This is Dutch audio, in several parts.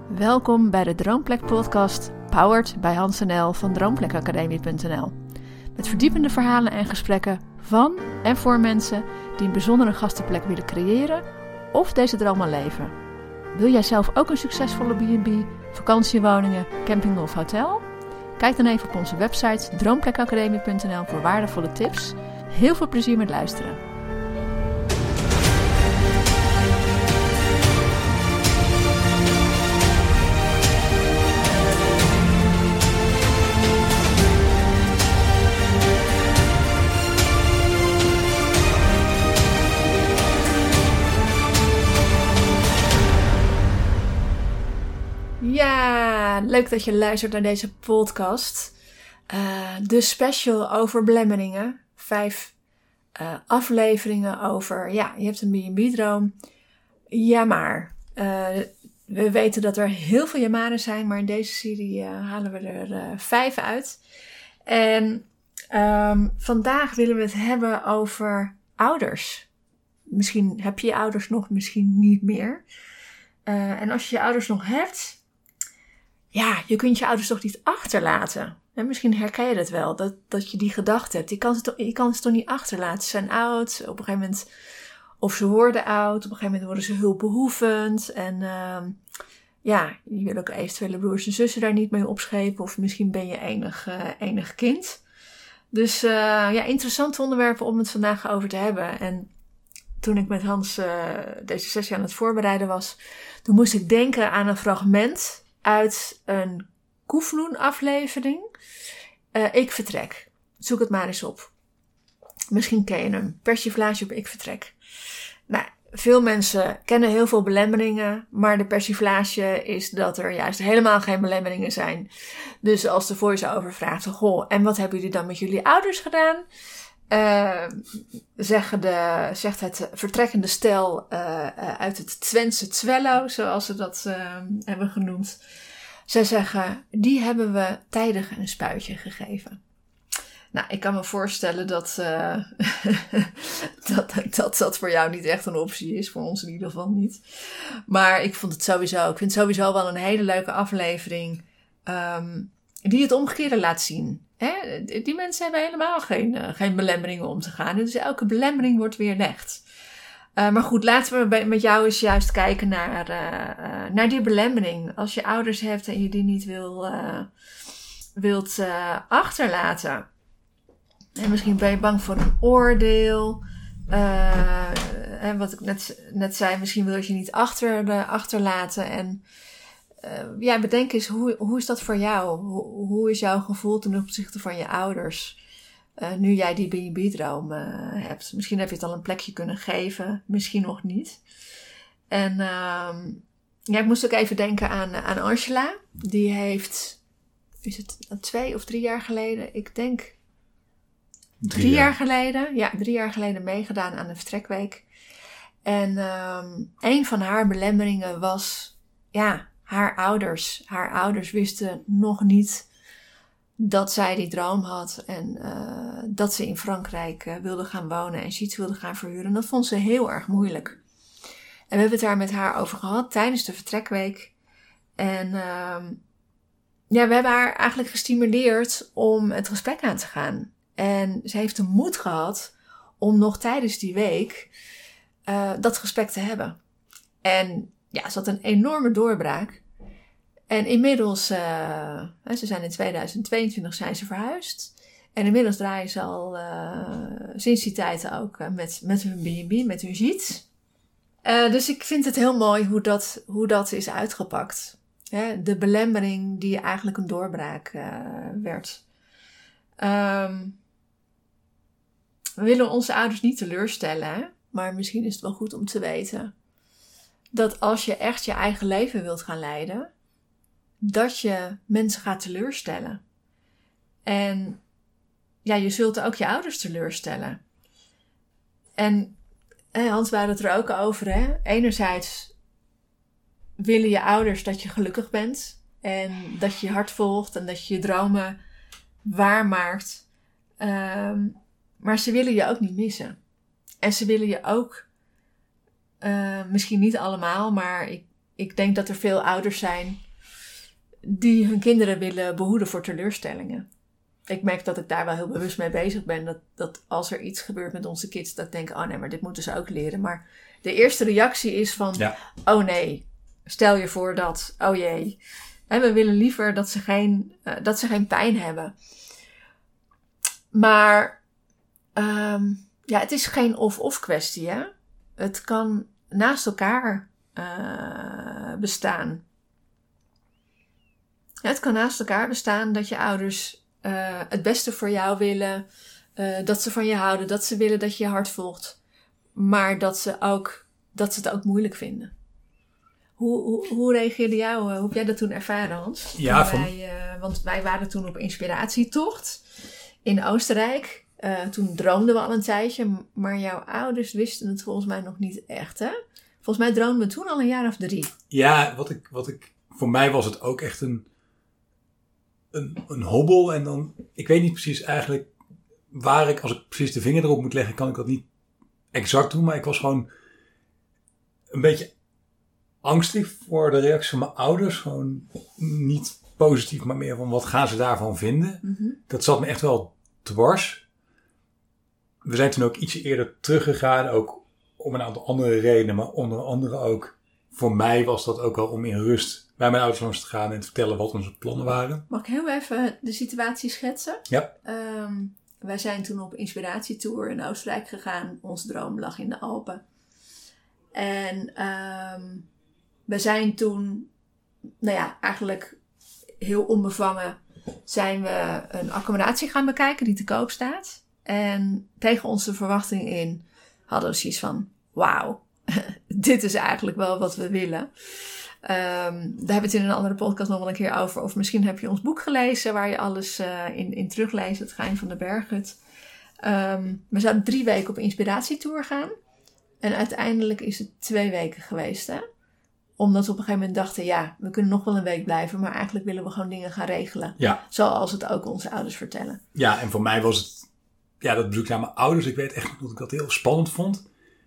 Welkom bij de Droomplek podcast, powered bij Hans en El van droomplekacademie.nl. Met verdiepende verhalen en gesprekken van en voor mensen die een bijzondere gastenplek willen creëren of deze droom al leven. Wil jij zelf ook een succesvolle B&B, vakantiewoningen, camping of hotel? Kijk dan even op onze website droomplekacademie.nl voor waardevolle tips. Heel veel plezier met luisteren. Ja, leuk dat je luistert naar deze podcast. De special over belemmeringen. 5 afleveringen over, je hebt een B&B-droom. Ja, maar. We weten dat er heel veel jamanen zijn, maar in deze serie halen we er 5 uit. En vandaag willen we het hebben over ouders. Misschien heb je je ouders nog, misschien niet meer. En als je je ouders nog hebt, je kunt je ouders toch niet achterlaten. En misschien herken je dat wel, dat je die gedachte hebt. Je kan ze toch niet achterlaten. Ze zijn oud, op een gegeven moment, of ze worden oud, op een gegeven moment worden ze hulpbehoevend. En je wil ook eventuele broers en zussen daar niet mee opschepen. Of misschien ben je enig kind. Dus interessant onderwerp om het vandaag over te hebben. En toen ik met Hans deze sessie aan het voorbereiden was, toen moest ik denken aan een fragment uit een Koefnoen aflevering. Ik vertrek. Zoek het maar eens op. Misschien ken je hem. Persiflage op ik vertrek. Nou, veel mensen kennen heel veel belemmeringen, maar de persiflage is dat er juist helemaal geen belemmeringen zijn. Dus als de voice-over vraagt, en wat hebben jullie dan met jullie ouders gedaan? Zegt het vertrekkende stel uit het Twentse Twello, zoals ze dat hebben genoemd. Zij zeggen, die hebben we tijdig een spuitje gegeven. Nou, ik kan me voorstellen dat dat voor jou niet echt een optie is. Voor ons in ieder geval niet. Maar ik vind het sowieso wel een hele leuke aflevering die het omgekeerde laat zien. Hè? Die mensen hebben helemaal geen belemmeringen om te gaan. Dus elke belemmering wordt weerlegd. Maar goed, laten we met jou eens juist kijken naar die belemmering. Als je ouders hebt en je die niet wilt achterlaten. En misschien ben je bang voor een oordeel. En wat ik net zei, misschien wil je je niet achterlaten. En bedenk eens, hoe is dat voor jou? Hoe is jouw gevoel ten opzichte van je ouders? Nu jij die B&B-droom hebt. Misschien heb je het al een plekje kunnen geven. Misschien nog niet. En ik moest ook even denken aan Angela. Die heeft, is het 2 of 3 jaar geleden? Ik denk 3 jaar geleden. Ja, 3 jaar geleden meegedaan aan de vertrekweek. En een van haar belemmeringen was, haar ouders wisten nog niet dat zij die droom had en dat ze in Frankrijk wilde gaan wonen en iets wilde gaan verhuren. En dat vond ze heel erg moeilijk. En we hebben het daar met haar over gehad tijdens de vertrekweek. En we hebben haar eigenlijk gestimuleerd om het gesprek aan te gaan. En ze heeft de moed gehad om nog tijdens die week dat gesprek te hebben. En ze had een enorme doorbraak. En inmiddels, ze zijn in 2022 zijn ze verhuisd. En inmiddels draaien ze al sinds die tijd ook met hun B&B, met hun giets. Dus ik vind het heel mooi hoe dat is uitgepakt. De belemmering die eigenlijk een doorbraak werd. We willen onze ouders niet teleurstellen, hè? Maar misschien is het wel goed om te weten dat als je echt je eigen leven wilt gaan leiden, dat je mensen gaat teleurstellen. En je zult ook je ouders teleurstellen. En Hans, we hadden het er ook over, hè? Enerzijds willen je ouders dat je gelukkig bent en dat je je hart volgt en dat je je dromen waarmaakt. Maar ze willen je ook niet missen. En ze willen je ook, misschien niet allemaal, maar ik denk dat er veel ouders zijn die hun kinderen willen behoeden voor teleurstellingen. Ik merk dat ik daar wel heel bewust mee bezig ben. Dat als er iets gebeurt met onze kids, dat ik denk, oh nee, maar dit moeten ze ook leren. Maar de eerste reactie is van, oh nee, stel je voor dat, oh jee. En we willen liever dat ze geen pijn hebben. Maar het is geen of-of kwestie. Hè? Het kan naast elkaar bestaan. Het kan naast elkaar bestaan dat je ouders het beste voor jou willen. Dat ze van je houden. Dat ze willen dat je je hart volgt. Maar dat ze het ook moeilijk vinden. Hoe reageerde jou? Hoe heb jij dat toen ervaren, Hans? Ja, want wij waren toen op inspiratietocht in Oostenrijk. Toen droomden we al een tijdje. Maar jouw ouders wisten het volgens mij nog niet echt, hè? Volgens mij droomden we toen al een jaar of 3. Ja, voor mij was het ook echt een hobbel. En dan, ik weet niet precies eigenlijk als ik precies de vinger erop moet leggen, kan ik dat niet exact doen. Maar ik was gewoon een beetje angstig voor de reactie van mijn ouders. Gewoon niet positief, maar meer van wat gaan ze daarvan vinden. Mm-hmm. Dat zat me echt wel dwars. We zijn toen ook ietsje eerder teruggegaan. Ook om een aantal andere redenen. Maar onder andere ook, voor mij was dat ook wel om in rust bij mijn ouders langs te gaan en te vertellen wat onze plannen waren. Mag ik heel even de situatie schetsen? Ja. Wij zijn toen op inspiratietour in Oostenrijk gegaan. Onze droom lag in de Alpen. En we zijn toen, eigenlijk heel onbevangen zijn we een accommodatie gaan bekijken die te koop staat. En tegen onze verwachting in hadden we zoiets van, wauw, dit is eigenlijk wel wat we willen. Daar hebben we het in een andere podcast nog wel een keer over. Of misschien heb je ons boek gelezen waar je alles in terugleest. Het Geheim van de Berghut. We zouden 3 weken op inspiratietour gaan. En uiteindelijk is het 2 weken geweest. Hè? Omdat we op een gegeven moment dachten, we kunnen nog wel een week blijven. Maar eigenlijk willen we gewoon dingen gaan regelen. Ja. Zoals het ook onze ouders vertellen. Ja, en voor mij was het, dat bezoek naar mijn ouders. Ik weet echt dat ik dat heel spannend vond.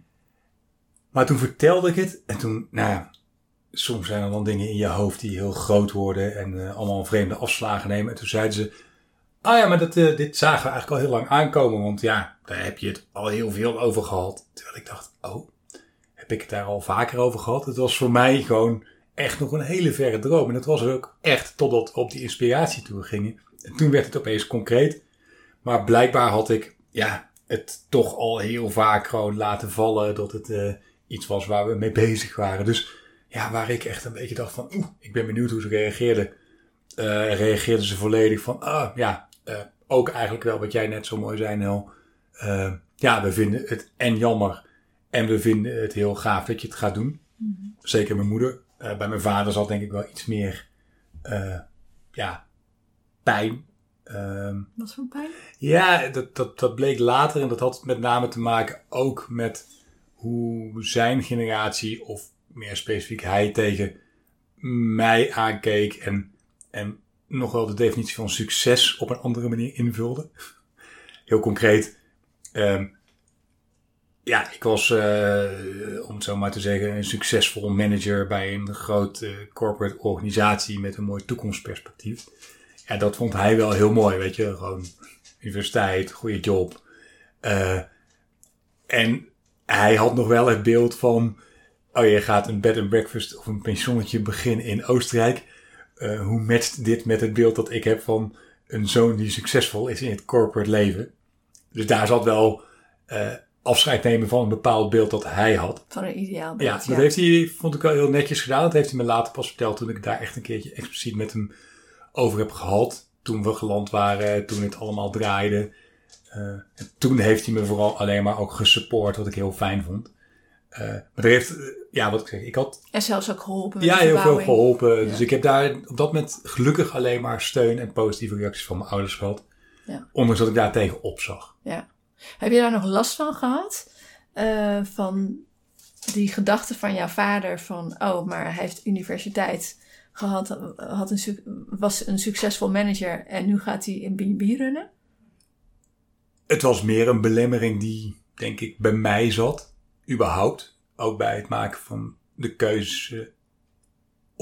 Maar toen vertelde ik het. En toen, soms zijn er dan dingen in je hoofd die heel groot worden. En allemaal vreemde afslagen nemen. En toen zeiden ze, maar dit zagen we eigenlijk al heel lang aankomen. Want daar heb je het al heel veel over gehad. Terwijl ik dacht, heb ik het daar al vaker over gehad? Het was voor mij gewoon echt nog een hele verre droom. En dat was ook echt totdat we op die inspiratietour gingen. En toen werd het opeens concreet. Maar blijkbaar had ik het toch al heel vaak gewoon laten vallen. Dat het iets was waar we mee bezig waren. Dus waar ik echt een beetje dacht van, ik ben benieuwd hoe ze reageerden. Reageerden ze volledig van, ook eigenlijk wel wat jij net zo mooi zei, Nel. We vinden het en jammer en we vinden het heel gaaf dat je het gaat doen. Mm-hmm. Zeker mijn moeder. Bij mijn vader zat denk ik wel iets meer pijn. Wat voor pijn? Ja, dat bleek later en dat had met name te maken ook met hoe zijn generatie, of meer specifiek hij, tegen mij aankeek en nog wel de definitie van succes op een andere manier invulde. Heel concreet. Ik was, om het zo maar te zeggen, een succesvol manager bij een grote corporate organisatie met een mooi toekomstperspectief. Ja, dat vond hij wel heel mooi, weet je. Gewoon universiteit, goede job. En hij had nog wel het beeld van, je gaat een bed and breakfast of een pensionnetje beginnen in Oostenrijk. Hoe matcht dit met het beeld dat ik heb van een zoon die succesvol is in het corporate leven? Dus daar zat wel afscheid nemen van een bepaald beeld dat hij had. Van een ideaal beeld. Ja, dat heeft hij, vond ik wel heel netjes gedaan. Dat heeft hij me later pas verteld toen ik daar echt een keertje expliciet met hem over heb gehad. Toen we geland waren, toen het allemaal draaide. En toen heeft hij me vooral alleen maar ook gesupport, wat ik heel fijn vond. Maar er heeft, wat ik zeg, ik had... En zelfs ook geholpen. Ja, heel veel geholpen. Ja. Dus ik heb daar op dat moment gelukkig alleen maar steun en positieve reacties van mijn ouders gehad. Ja. Ondanks dat ik daar tegen opzag. Ja. Heb je daar nog last van gehad? Van die gedachte van jouw vader van, maar hij heeft universiteit gehad, was een succesvol manager en nu gaat hij een B&B runnen? Het was meer een belemmering die, denk ik, bij mij zat. Überhaupt. Ook bij het maken van de keuze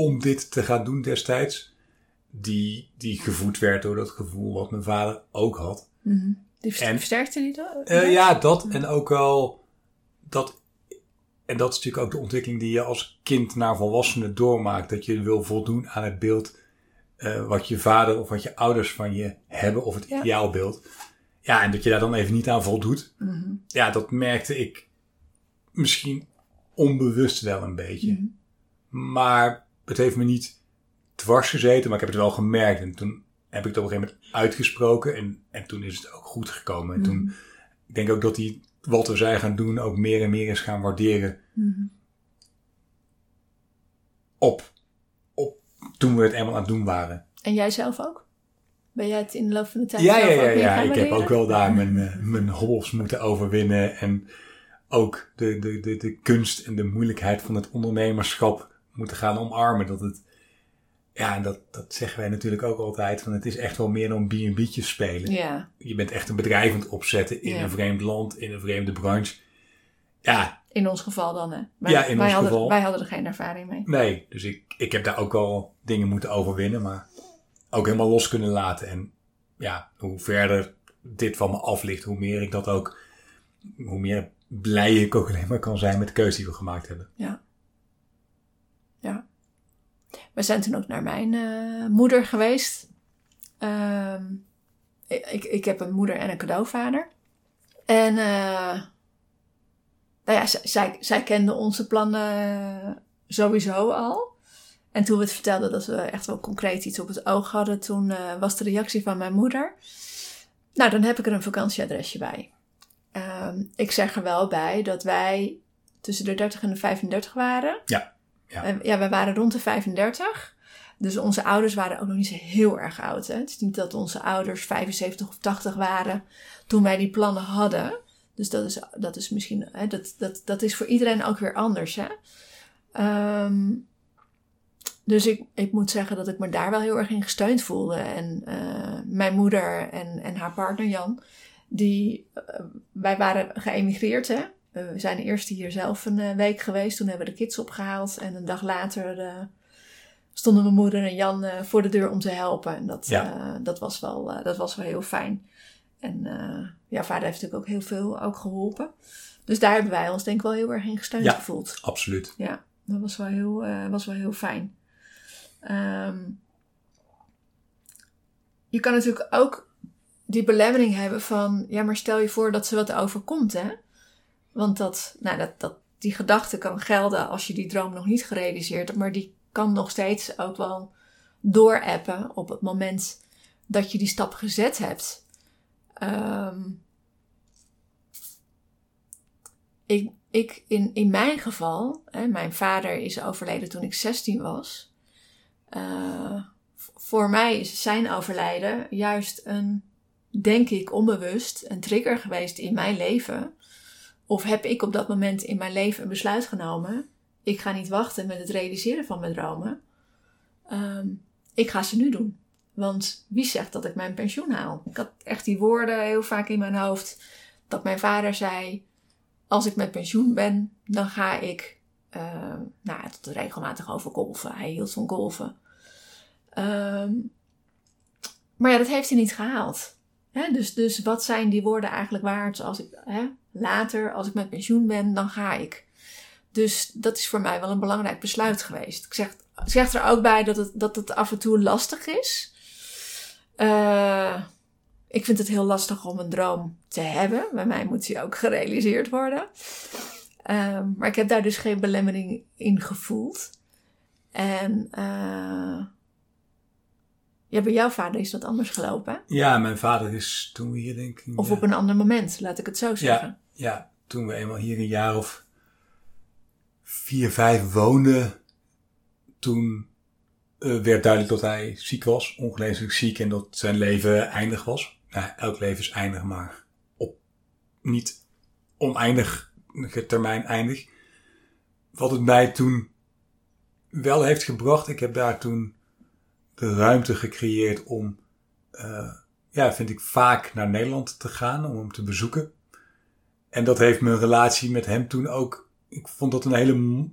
om dit te gaan doen destijds. Die gevoed werd door dat gevoel wat mijn vader ook had. Mm-hmm. Die versterkte die dat? Ja, dat. En ook wel dat. En dat is natuurlijk ook de ontwikkeling die je als kind naar volwassenen doormaakt. Dat je wil voldoen aan het beeld wat je vader of wat je ouders van je hebben. Of het ideaalbeeld. Ja, en dat je daar dan even niet aan voldoet. Mm-hmm. Ja, dat merkte ik misschien onbewust wel een beetje. Mm-hmm. Maar het heeft me niet dwars gezeten, maar ik heb het wel gemerkt. En toen heb ik het op een gegeven moment uitgesproken. En toen is het ook goed gekomen. En toen, ik denk ook dat hij wat we zijn gaan doen ook meer en meer is gaan waarderen. Mm-hmm. Op toen we het eenmaal aan het doen waren. En jij zelf ook? Ben jij het in de loop van de tijd Ja. Ik heb ook wel daar mijn hobbels moeten overwinnen. En ook de kunst en de moeilijkheid van het ondernemerschap moeten gaan omarmen. Dat het, ja, en dat zeggen wij natuurlijk ook altijd. Van het is echt wel meer dan B&B'tjes spelen. Ja. Je bent echt een bedrijf aan het opzetten in een vreemd land, in een vreemde branche. Ja. In ons geval dan, hè? Wij hadden er geen ervaring mee. Nee, dus ik heb daar ook wel dingen moeten overwinnen, maar ook helemaal los kunnen laten. En ja, hoe verder dit van me af ligt, hoe meer ik dat ook, hoe meer blij ik ook alleen maar kan zijn met de keuze die we gemaakt hebben. Ja. We zijn toen ook naar mijn moeder geweest. Ik heb een moeder en een cadeauvader. En zij kende onze plannen sowieso al. En toen we het vertelden dat we echt wel concreet iets op het oog hadden, toen was de reactie van mijn moeder: nou, dan heb ik er een vakantieadresje bij. Ik zeg er wel bij dat wij tussen de 30 en de 35 waren. Ja. We waren rond de 35. Dus onze ouders waren ook nog niet zo heel erg oud. Hè? Het is niet dat onze ouders 75 of 80 waren toen wij die plannen hadden. Dus dat is misschien, hè, dat is voor iedereen ook weer anders. Hè? Dus ik moet zeggen dat ik me daar wel heel erg in gesteund voelde. En mijn moeder en haar partner Jan, wij waren geëmigreerd, hè. We zijn eerst hier zelf een week geweest. Toen hebben we de kids opgehaald. En een dag later stonden mijn moeder en Jan voor de deur om te helpen. En dat was wel heel fijn. En vader heeft natuurlijk ook heel veel ook geholpen. Dus daar hebben wij ons denk ik wel heel erg in gesteund gevoeld. Absoluut. Ja, dat was wel heel fijn. Je kan natuurlijk ook die belemmering hebben van, ja, maar stel je voor dat ze wat overkomt, hè. Want die gedachte kan gelden als je die droom nog niet gerealiseerd hebt, maar die kan nog steeds ook wel doorappen op het moment dat je die stap gezet hebt. In mijn geval, mijn vader is overleden toen ik 16 was. Voor mij is zijn overlijden juist denk ik onbewust, een trigger geweest in mijn leven. Of heb ik op dat moment in mijn leven een besluit genomen. Ik ga niet wachten met het realiseren van mijn dromen. Ik ga ze nu doen. Want wie zegt dat ik mijn pensioen haal? Ik had echt die woorden heel vaak in mijn hoofd. Dat mijn vader zei, als ik met pensioen ben, dan ga ik tot regelmatig over golfen. Hij hield van golfen. Maar ja, dat heeft hij niet gehaald. Dus wat zijn die woorden eigenlijk waard als ik later, als ik met pensioen ben, dan ga ik. Dus dat is voor mij wel een belangrijk besluit geweest. Ik zeg er ook bij dat het af en toe lastig is. Ik vind het heel lastig om een droom te hebben. Bij mij moet die ook gerealiseerd worden. Maar ik heb daar dus geen belemmering in gevoeld. En bij jouw vader is dat anders gelopen, hè? Ja, mijn vader is toen we hier denk ik... Of op een ander moment, laat ik het zo zeggen. Ja, toen we eenmaal hier een jaar of 4, 5 woonden, toen werd duidelijk dat hij ziek was, ongeneeslijk ziek, en dat zijn leven eindig was. Nou, elk leven is eindig, maar op niet oneindige termijn eindig. Wat het mij toen wel heeft gebracht, ik heb daar toen de ruimte gecreëerd om, vind ik, vaak naar Nederland te gaan, om hem te bezoeken. En dat heeft mijn relatie met hem toen ook, ik vond dat een hele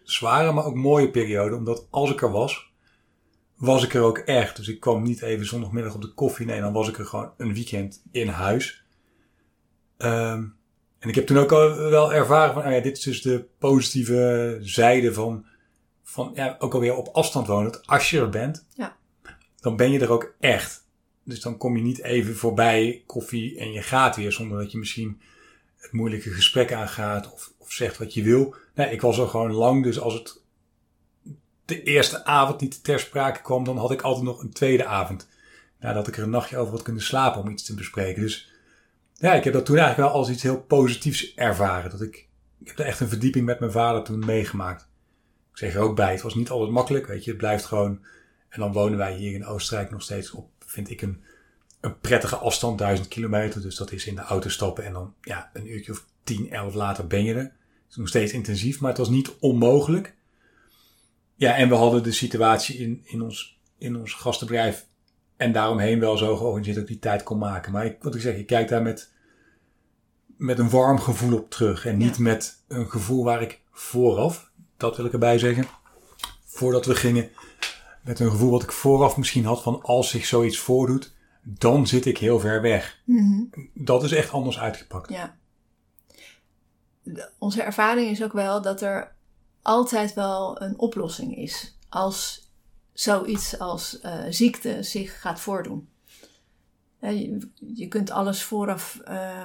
zware, maar ook mooie periode. Omdat als ik er was ik er ook echt. Dus ik kwam niet even zondagmiddag op de koffie. Nee, dan was ik er gewoon een weekend in huis. En ik heb toen ook al wel ervaren van, dit is dus de positieve zijde van ook alweer op afstand wonen. Dat als je er bent, dan ben je er ook echt. Dus dan kom je niet even voorbij koffie en je gaat weer, zonder dat je misschien het moeilijke gesprek aangaat of zegt wat je wil. Nee, ik was er gewoon lang, dus als het de eerste avond niet ter sprake kwam, dan had ik altijd nog een tweede avond. Nadat ik er een nachtje over had kunnen slapen om iets te bespreken. Dus ja, ik heb dat toen eigenlijk wel als iets heel positiefs ervaren. Ik heb daar echt een verdieping met mijn vader toen meegemaakt. Ik zeg er ook bij, het was niet altijd makkelijk, weet je, het blijft gewoon. En dan wonen wij hier in Oostenrijk nog steeds op, vind ik, een prettige afstand, 1000 kilometer. Dus dat is in de auto stappen en dan een uurtje of 10, 11 later ben je er. Het is nog steeds intensief, maar het was niet onmogelijk. Ja, en we hadden de situatie in ons gastenbedrijf en daaromheen wel zo georganiseerd dat ik die tijd kon maken. Maar wat ik zeg, ik kijk daar met een warm gevoel op terug. En niet met een gevoel waar ik vooraf, dat wil ik erbij zeggen, voordat we gingen, met een gevoel wat ik vooraf misschien had van als zich zoiets voordoet, dan zit ik heel ver weg. Mm-hmm. Dat is echt anders uitgepakt. Ja. Onze ervaring is ook wel dat er altijd wel een oplossing is als zoiets als ziekte zich gaat voordoen. Je kunt alles vooraf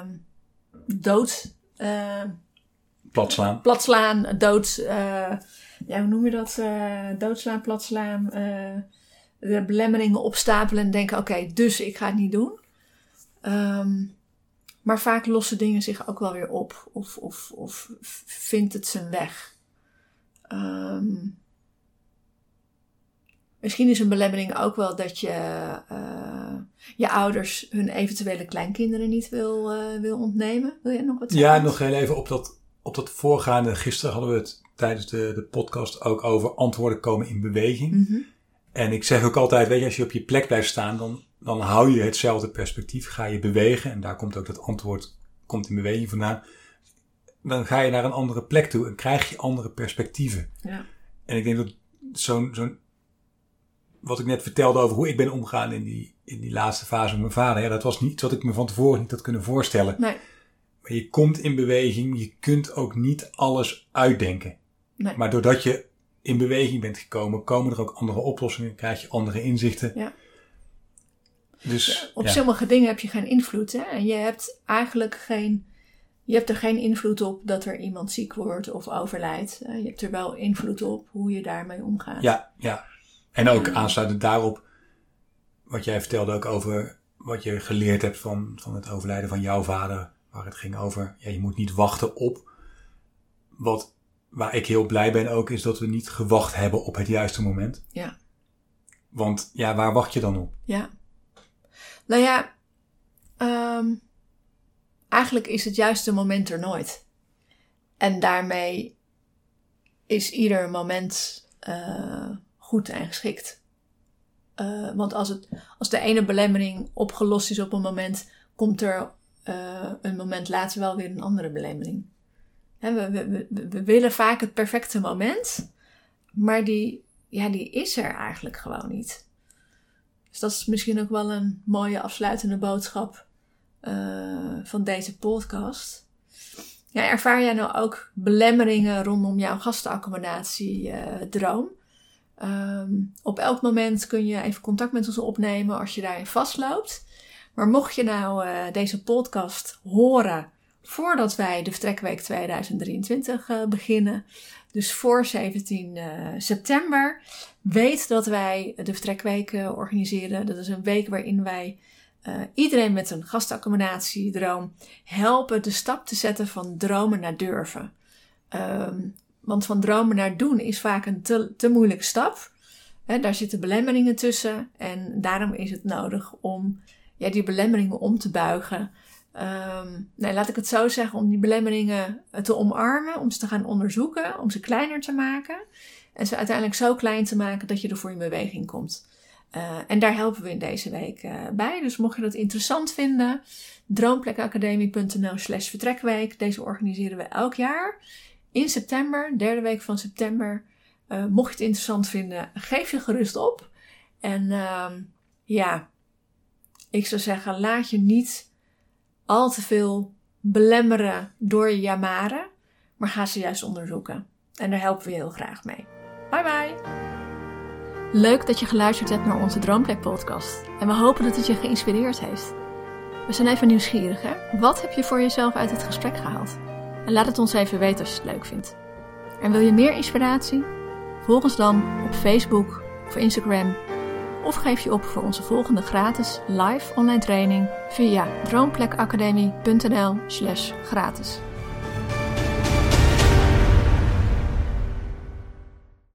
platslaan, hoe noem je dat? Doodslaan, platslaan, de belemmeringen opstapelen en denken, oké, dus ik ga het niet doen. Maar vaak lossen dingen zich ook wel weer op of vindt het zijn weg. Misschien is een belemmering ook wel dat je ouders hun eventuele kleinkinderen niet wil ontnemen. Wil je nog wat zeggen? Ja, nog heel even op dat voorgaande. Gisteren hadden we het tijdens de podcast ook over antwoorden komen in beweging. Mm-hmm. En ik zeg ook altijd, weet je, als je op je plek blijft staan, dan hou je hetzelfde perspectief. Ga je bewegen, en daar komt ook dat antwoord komt in beweging vandaan. Dan ga je naar een andere plek toe en krijg je andere perspectieven. Ja. En ik denk dat zo'n wat ik net vertelde over hoe ik ben omgegaan in die laatste fase met mijn vader. Ja, dat was niet wat ik me van tevoren niet had kunnen voorstellen. Nee. Maar je komt in beweging. Je kunt ook niet alles uitdenken. Nee. Maar doordat je in beweging bent gekomen, komen er ook andere oplossingen. Krijg je andere inzichten. Ja. Dus, op sommige dingen heb je geen invloed. Hè? En je hebt eigenlijk je hebt er geen invloed op dat er iemand ziek wordt of overlijdt. Je hebt er wel invloed op hoe je daarmee omgaat. Ja. En ook aansluitend daarop, wat jij vertelde ook over wat je geleerd hebt van het overlijden van jouw vader. Waar het ging over, je moet niet wachten op. Waar ik heel blij ben ook, is dat we niet gewacht hebben op het juiste moment. Ja. Want waar wacht je dan op? Ja. Nou ja, eigenlijk is het juiste moment er nooit. En daarmee is ieder moment goed en geschikt. Want als de ene belemmering opgelost is op een moment, komt er een moment later wel weer een andere belemmering. We willen vaak het perfecte moment, maar die is er eigenlijk gewoon niet. Dus dat is misschien ook wel een mooie afsluitende boodschap van deze podcast. Ja, ervaar jij nou ook belemmeringen rondom jouw gastenaccommodatie-droom? Op elk moment kun je even contact met ons opnemen als je daarin vastloopt. Maar mocht je nou deze podcast horen voordat wij de vertrekweek 2023 beginnen, dus voor 17 september, weet dat wij de vertrekweek organiseren. Dat is een week waarin wij iedereen met een gastaccommodatie-droom helpen de stap te zetten van dromen naar durven. Want van dromen naar doen is vaak een te moeilijke stap. Daar zitten belemmeringen tussen. En daarom is het nodig om die belemmeringen om te buigen. Laat ik het zo zeggen, om die belemmeringen te omarmen, om ze te gaan onderzoeken, om ze kleiner te maken. En ze uiteindelijk zo klein te maken dat je ervoor in beweging komt. En daar helpen we in deze week bij. Dus mocht je dat interessant vinden, droomplekacademie.nl/vertrekweek. Deze organiseren we elk jaar in september, derde week van september. Mocht je het interessant vinden, geef je gerust op. En ik zou zeggen, laat je niet al te veel belemmeren door je jamaren. Maar ga ze juist onderzoeken. En daar helpen we je heel graag mee. Bye bye! Leuk dat je geluisterd hebt naar onze Droomplek podcast. En we hopen dat het je geïnspireerd heeft. We zijn even nieuwsgierig, hè? Wat heb je voor jezelf uit het gesprek gehaald? En laat het ons even weten als je het leuk vindt. En wil je meer inspiratie? Volg ons dan op Facebook of Instagram. Of geef je op voor onze volgende gratis live online training via droomplekacademie.nl/gratis.